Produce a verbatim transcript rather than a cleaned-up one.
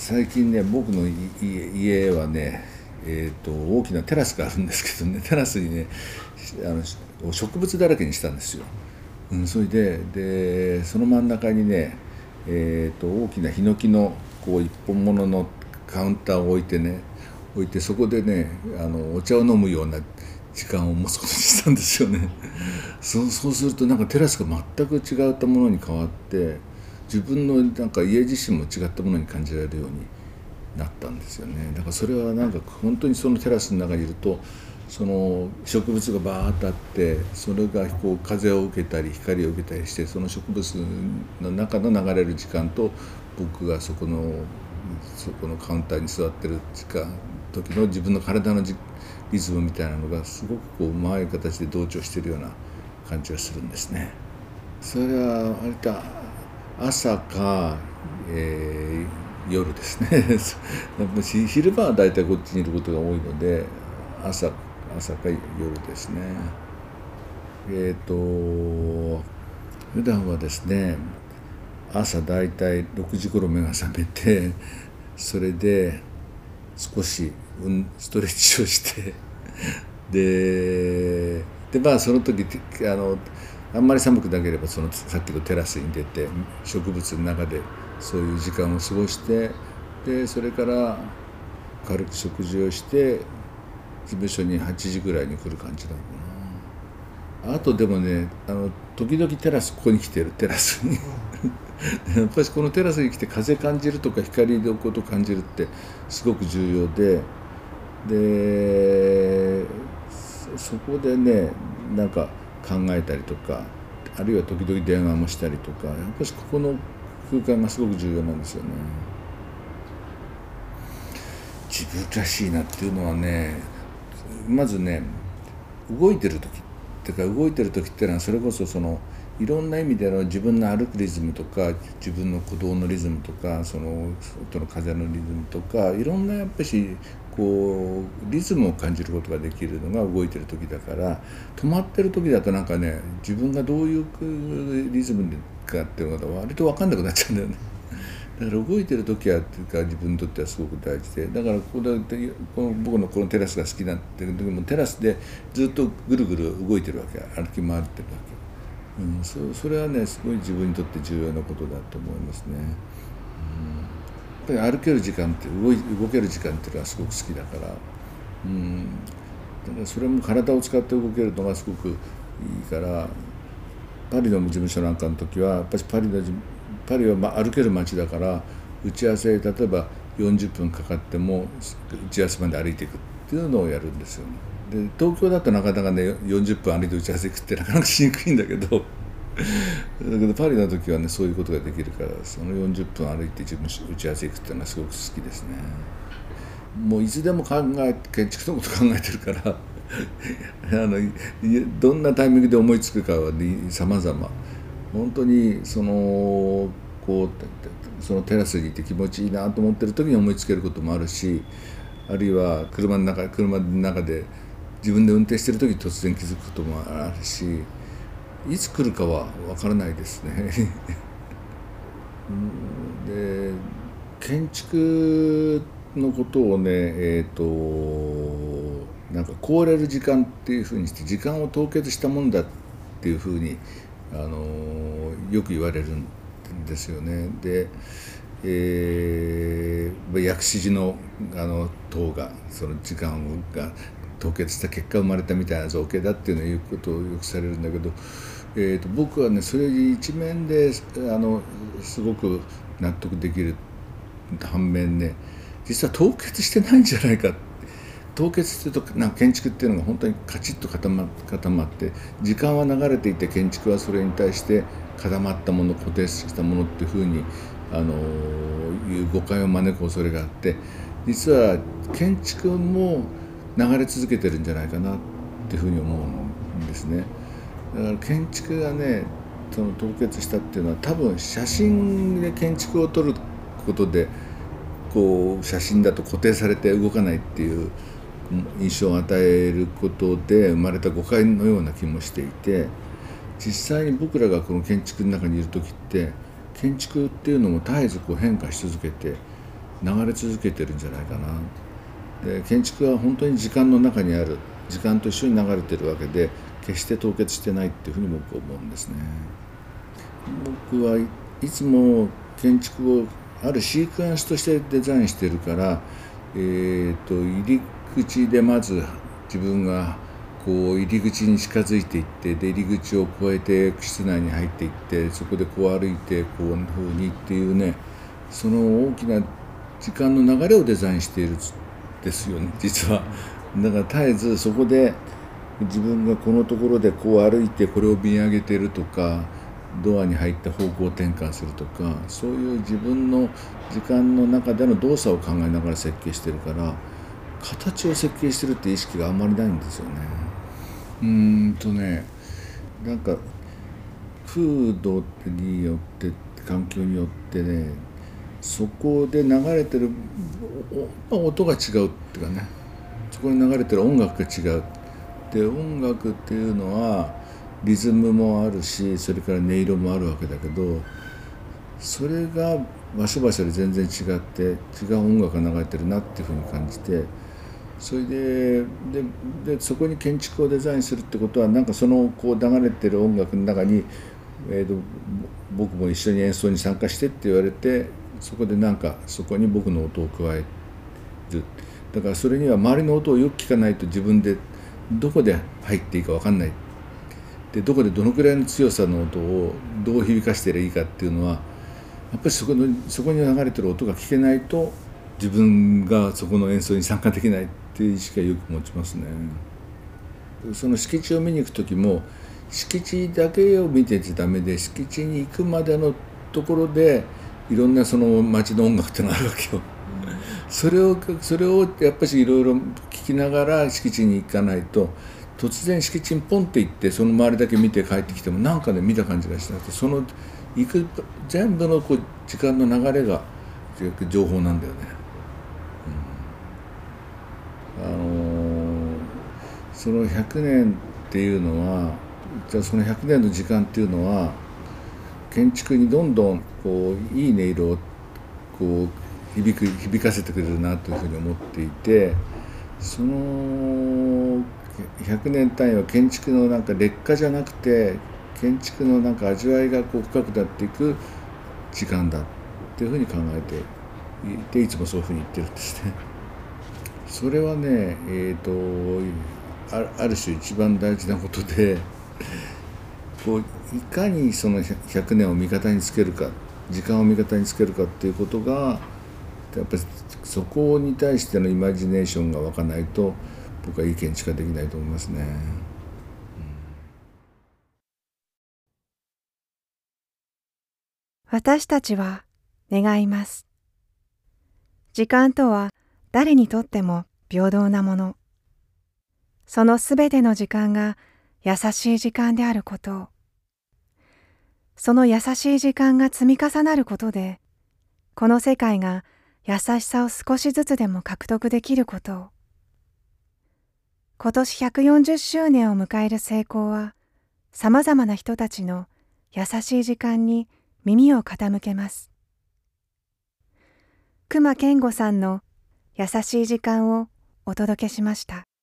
最近ね、僕の家はね、えー、と大きなテラスがあるんですけどね、テラスにね、あの植物だらけにしたんですよ。うん、それででその真ん中にね、えー、と大きなヒノキのこう一本物のカウンターを置いてね置いてそこでね、あのお茶を飲むような時間を持つことにしたんですよね。そうそうするとなんかテラスが全く違ったものに変わって、自分のなんか家自身も違ったものに感じられるようになったんですよね。だからそれはなんか本当にそのテラスの中にいると、その植物がバーッとあって、それがこう風を受けたり光を受けたりして、その植物の中の流れる時間と僕がそこのそこのカウンターに座ってる時間時の自分の体のリズムみたいなのがすごくこううまい形で同調しているような感じがするんですね。それは割と朝か、えー、夜ですね。やっぱり昼間は大体こっちにいることが多いので、朝朝か夜ですね。えっ、ー、と普段はですね、朝大体ろくじ頃目が覚めて、それで少しストレッチをしてででまあその時あのあんまり寒くなければそのさっきのテラスに出て植物の中でそういう時間を過ごして、でそれから軽く食事をして事務所にはちじぐらいに来る感じなのかな。あとでもね、あの時々テラスここに来てるテラスにやっぱりこのテラスに来て風感じるとか光のこと感じるってすごく重要で、でそこでねなんか考えたりとか、あるいは時々電話もしたりとか、やっぱりここの空間がすごく重要なんですよね。自分らしいなっていうのはね、まずね、動いてる時っていうか動いてる時っていうのはそれこそそのいろんな意味での自分の歩くリズムとか、自分の鼓動のリズムとか、その外の風のリズムとか、いろんなやっぱりこうリズムを感じることができるのが動いてる時だから、止まってる時だとなんかね、自分がどういうリズムかっていうのが割と分かんなくなっちゃうんだよね。だから動いてる時はっていうか自分にとってはすごく大事で、だからここでこの僕のこのテラスが好きなっていう時もテラスでずっとぐるぐる動いてるわけ、歩き回ってるわけ。うん、そ, それはねすごい自分にとって重要なことだと思いますね。うん、やっぱり歩ける時間って動い動ける時間っていうのはすごく好きだから、うん、だからそれも体を使って動けるのがすごくいいから、パリの事務所なんかの時はやっぱりパリのパリはま歩ける街だから、打ち合わせ例えばよんじゅっぷんかかっても打ち合わせまで歩いていくっていうのをやるんですよね。で東京だとなかなかねよんじゅっぷん歩いて打ち合わせ行くってなかなかしにくいんだけどだけどパリの時はねそういうことができるから、そのよんじゅっぷん歩いて自分打ち合わせ行くっていうのはすごく好きですね。もういつでも考え建築のこと考えてるからあのどんなタイミングで思いつくかはさまざま、本当にそのこうそのテラスにいて気持ちいいなと思ってる時に思いつけることもあるし、あるいは車の中車の中で自分で運転してる時に突然気づくこともあるし、いつ来るかは分からないですねで建築のことをね、えっとなんか凍れる時間っていうふうにして、時間を凍結したもんだっていうふうにあのよく言われるんですよね。で、えー、薬師寺のあの塔がその時間が凍結した結果生まれたみたいな造形だっていうのを言うことをよくされるんだけど、えー、と僕はねそれ一面であのすごく納得できる反面ね、実は凍結してないんじゃないか。凍結するとなんか建築っていうのが本当にカチッと固ま固まって時間は流れていて、建築はそれに対して固まったもの、固定したものっていうふうにあのいう誤解を招く恐れがあって、実は建築も流れ続けてるんじゃないかなっていうふうに思うんですね。だから建築がねその凍結したっていうのは多分写真で建築を撮ることでこう写真だと固定されて動かないっていう印象を与えることで生まれた誤解のような気もしていて、実際に僕らがこの建築の中にいる時って建築っていうのも絶えずこう変化し続けて流れ続けてるんじゃないかな。で建築は本当に時間の中にある、時間と一緒に流れてるわけで、決して凍結してないっていうふうに僕は思うんですね。僕はいつも建築をあるシークエンスとしてデザインしてるから、えー、と入り口でまず自分がこう入り口に近づいていって、で入り口を越えて室内に入っていって、そこでこう歩いてこういうふうにっていうね、その大きな時間の流れをデザインしているんですよね、実は。だから絶えずそこで自分がこのところでこう歩いてこれを見上げてるとか、ドアに入って方向転換するとか、そういう自分の時間の中での動作を考えながら設計してるから、形を設計してるって意識があんまりないんですよね。うーんとねなんか風土によって環境によってね、そこで流れてる音が違うっていうかね、そこに流れてる音楽が違う。で音楽っていうのはリズムもあるし、それから音色もあるわけだけど、それが場所場所で全然違って違う音楽が流れてるなっていうふうに感じて、それで で, でそこに建築をデザインするってことは、なんかそのこう流れてる音楽の中に、えー、と僕も一緒に演奏に参加してって言われて、そこでなんかそこに僕の音を加える。だからそれには周りの音をよく聞かないと自分でどこで入っていいか分かんない。でどこでどのくらいの強さの音をどう響かせていいかっていうのは、やっぱりそこのそこに流れてる音が聞けないと自分がそこの演奏に参加できないっていう意識はよく持ちますね。その敷地を見に行く時も、敷地だけを見てちゃダメで、敷地に行くまでのところでいろんなその街の音楽ってのがあるわけよ。それをそれをやっぱりいろいろ聞きながら敷地に行かないと、突然敷地にポンって行ってその周りだけ見て帰ってきてもなんかね見た感じがしなくて、その行く全部のこう時間の流れが情報なんだよね。うん、あのー、そのひゃくねんっていうのは、じゃあそのひゃくねんの時間っていうのは建築にどんどんこういい音色をこう響く響かせてくれるなというふうに思っていて、そのひゃくねん単位は建築のなんか劣化じゃなくて、建築のなんか味わいがこう深くなっていく時間だっていうふうに考えていて、いつもそういうふうに言ってるんですね。それはね、えーと、あある種一番大事なことで、こういかにそのひゃくねんを味方につけるか、時間を味方につけるかっていうことが、やっぱりそこに対してのイマジネーションが湧かないと、僕はいい建築ができないと思いますね。うん、 私たちは願います。時間とは誰にとっても平等なもの。そのすべての時間が優しい時間であることを。その優しい時間が積み重なることで、この世界が優しさを少しずつでも獲得できることを。今年ひゃくよんじゅっしゅうねんを迎える成功は、さまざまな人たちの優しい時間に耳を傾けます。隈研吾さんの優しい時間をお届けしました。